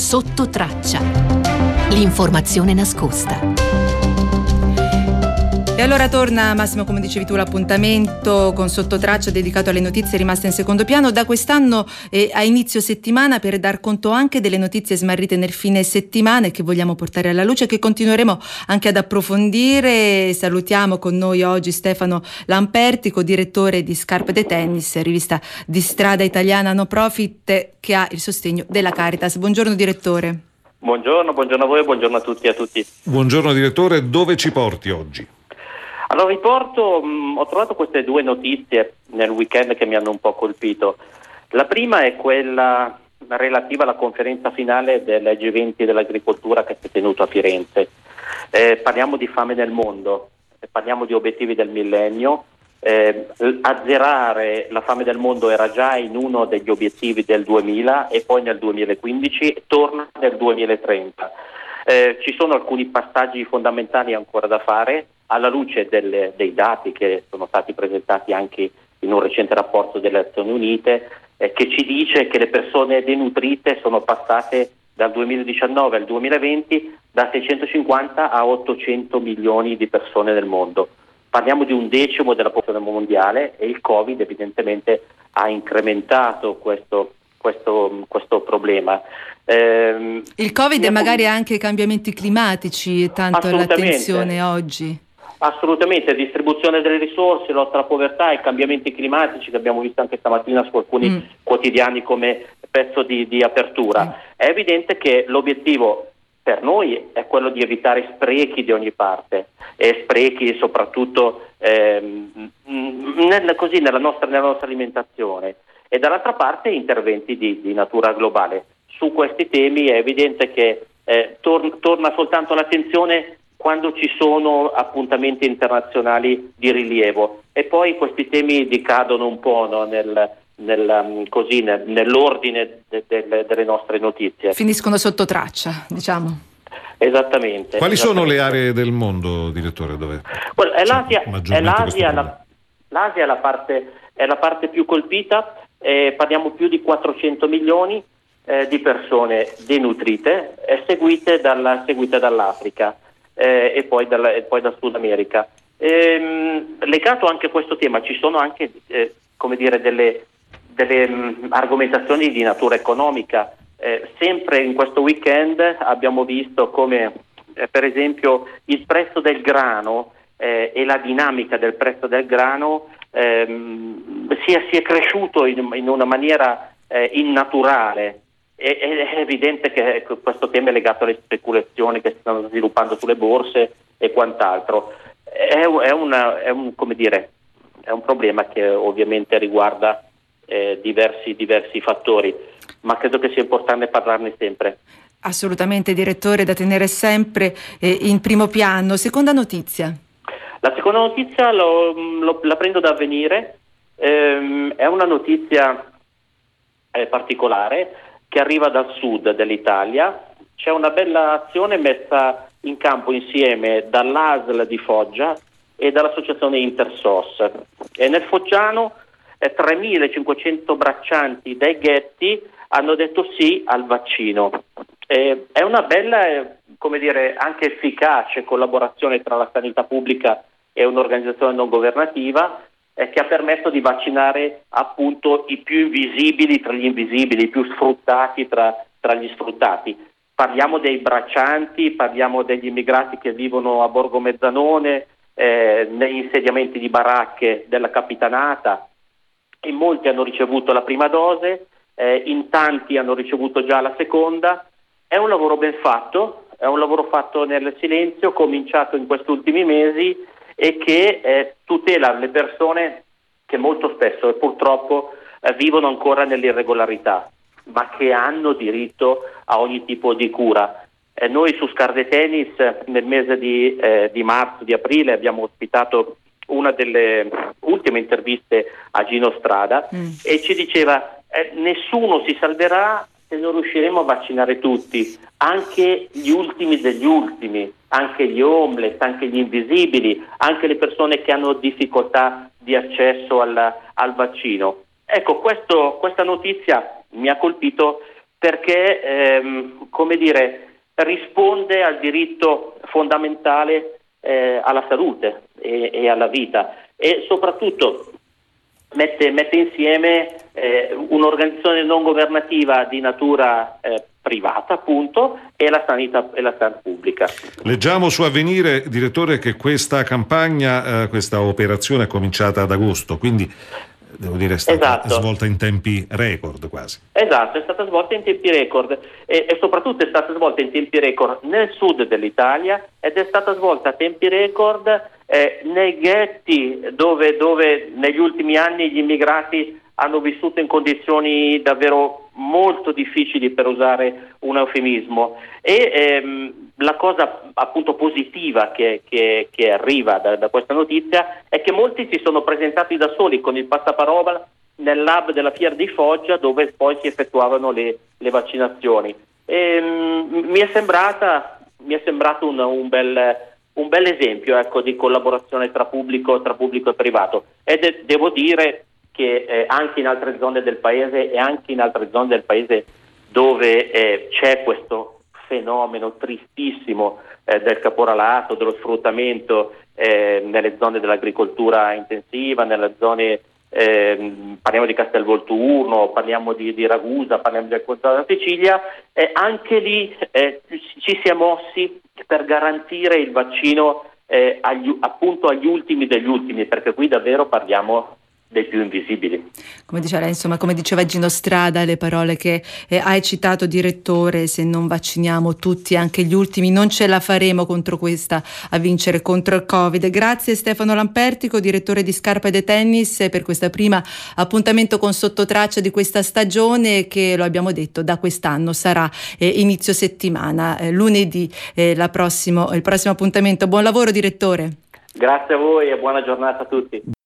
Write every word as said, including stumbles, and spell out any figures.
Sotto traccia. L'informazione nascosta. E allora torna, Massimo, come dicevi tu, l'appuntamento con Sottotraccia dedicato alle notizie rimaste in secondo piano da quest'anno eh, a inizio settimana, per dar conto anche delle notizie smarrite nel fine settimana e che vogliamo portare alla luce, che continueremo anche ad approfondire. Salutiamo con noi oggi Stefano Lamperti, co-direttore di Scarpe de Tennis, rivista di strada italiana no profit che ha il sostegno della Caritas. Buongiorno direttore. Buongiorno, buongiorno a voi e buongiorno a tutti e a tutti. Buongiorno direttore, dove ci porti oggi? Allora riporto, mh, ho trovato queste due notizie nel weekend che mi hanno un po' colpito. La prima è quella relativa alla conferenza finale del G venti dell'agricoltura che si è tenuto a Firenze. Eh, parliamo di fame nel mondo, parliamo di obiettivi del millennio. Eh, azzerare la fame del mondo era già in uno degli obiettivi del duemila e poi nel duemilaquindici torna nel duemilatrenta. Eh, ci sono alcuni passaggi fondamentali ancora da fare alla luce delle, dei dati che sono stati presentati anche in un recente rapporto delle Nazioni Unite eh, che ci dice che le persone denutrite sono passate dal duemiladiciannove al duemilaventi da seicentocinquanta a ottocento milioni di persone nel mondo. Parliamo di un decimo della popolazione mondiale e il Covid evidentemente ha incrementato questo, questo, questo problema. Eh, il Covid e magari anche i cambiamenti climatici, tanto l'attenzione oggi. Assolutamente, distribuzione delle risorse, lotta alla povertà e cambiamenti climatici che abbiamo visto anche stamattina su alcuni mm. quotidiani come pezzo di, di apertura. Mm. È evidente che l'obiettivo per noi è quello di evitare sprechi di ogni parte e sprechi soprattutto ehm, nel, così nella nostra, nella nostra alimentazione e dall'altra parte interventi di, di natura globale. Su questi temi è evidente che eh, tor- torna soltanto l'attenzione quando ci sono appuntamenti internazionali di rilievo e poi questi temi decadono un po', no, nel, nel, così, nel, nell'ordine de, de, delle nostre notizie. Finiscono sotto traccia, diciamo. Esattamente. Quali esattamente. sono le aree del mondo, direttore? Dove well, è l'Asia, è l'Asia, la, l'Asia è la parte, è la parte più colpita, eh, parliamo più di quattrocento milioni eh, di persone denutrite, eh, seguite, dalla, seguite dall'Africa. Eh, e, poi dalla, e poi da Sud America. Ehm, legato anche a questo tema ci sono anche eh, come dire delle, delle mh, argomentazioni di natura economica. Eh, sempre in questo weekend abbiamo visto come eh, per esempio il prezzo del grano eh, e la dinamica del prezzo del grano ehm, si, è, si è cresciuto in, in una maniera eh, innaturale. È evidente che questo tema è legato alle speculazioni che si stanno sviluppando sulle borse e quant'altro. È, è, una, è un come dire è un problema che ovviamente riguarda eh, diversi diversi fattori, ma credo che sia importante parlarne sempre. Assolutamente, direttore, da tenere sempre eh, in primo piano. Seconda notizia. La seconda notizia lo, lo, la prendo da Avvenire, ehm, è una notizia eh, particolare che arriva dal sud dell'Italia. C'è una bella azione messa in campo insieme dall'A S L di Foggia e dall'associazione Intersos. E nel Foggiano eh, tremilacinquecento braccianti dai ghetti hanno detto sì al vaccino. Eh, è una bella, eh, come dire, anche efficace collaborazione tra la sanità pubblica e un'organizzazione non governativa che ha permesso di vaccinare appunto i più invisibili tra gli invisibili, i più sfruttati tra, tra gli sfruttati. Parliamo dei braccianti, parliamo degli immigrati che vivono a Borgo Mezzanone, eh, negli insediamenti di baracche della Capitanata. In molti hanno ricevuto la prima dose, eh, in tanti hanno ricevuto già la seconda. È un lavoro ben fatto, è un lavoro fatto nel silenzio, cominciato in questi ultimi mesi, e che eh, tutela le persone che molto spesso e purtroppo eh, vivono ancora nell'irregolarità, ma che hanno diritto a ogni tipo di cura. Eh, noi su Scarpe de Tennis nel mese di, eh, di marzo, di aprile abbiamo ospitato una delle ultime interviste a Gino Strada mm. e ci diceva eh, nessuno si salverà se non riusciremo a vaccinare tutti, anche gli ultimi degli ultimi, anche gli homeless, anche gli invisibili, anche le persone che hanno difficoltà di accesso al, al vaccino. Ecco, questo, questa notizia mi ha colpito perché ehm, come dire, risponde al diritto fondamentale eh, alla salute e, e alla vita, e soprattutto mette, mette insieme eh, un'organizzazione non governativa di natura eh, privata, appunto, e la sanità e la sanità pubblica. Leggiamo su Avvenire, direttore, che questa campagna, eh, questa operazione è cominciata ad agosto, quindi devo dire è stata esatto. svolta in tempi record quasi. Esatto, è stata svolta in tempi record e, e soprattutto è stata svolta in tempi record nel sud dell'Italia ed è stata svolta a tempi record eh, nei ghetti dove, dove negli ultimi anni gli immigrati hanno vissuto in condizioni davvero molto difficili, per usare un eufemismo, e ehm, la cosa appunto positiva che, che, che arriva da, da questa notizia è che molti si sono presentati da soli con il passaparola nel lab della Fiera di Foggia, dove poi si effettuavano le, le vaccinazioni. E, mh, mi è sembrata mi è sembrato un, un bel un bel esempio, ecco, di collaborazione tra pubblico tra pubblico e privato, ed è, devo dire che eh, anche in altre zone del paese e anche in altre zone del paese dove eh, c'è questo fenomeno tristissimo eh, del caporalato, dello sfruttamento eh, nelle zone dell'agricoltura intensiva, nelle zone eh, parliamo di Castelvolturno, parliamo di, di Ragusa, parliamo di della Sicilia, eh, anche lì eh, ci si è mossi per garantire il vaccino eh, agli, appunto agli ultimi degli ultimi, perché qui davvero parliamo dei più invisibili. Come diceva, insomma, come diceva Gino Strada, le parole che eh, hai citato, direttore: se non vacciniamo tutti, anche gli ultimi, non ce la faremo contro questa, a vincere contro il Covid. Grazie Stefano Lampertico, direttore di Scarpe de Tennis, per questo primo appuntamento con Sottotraccia di questa stagione, che, lo abbiamo detto, da quest'anno sarà eh, inizio settimana, eh, lunedì, eh, la prossimo, il prossimo appuntamento. Buon lavoro, direttore. Grazie a voi e buona giornata a tutti.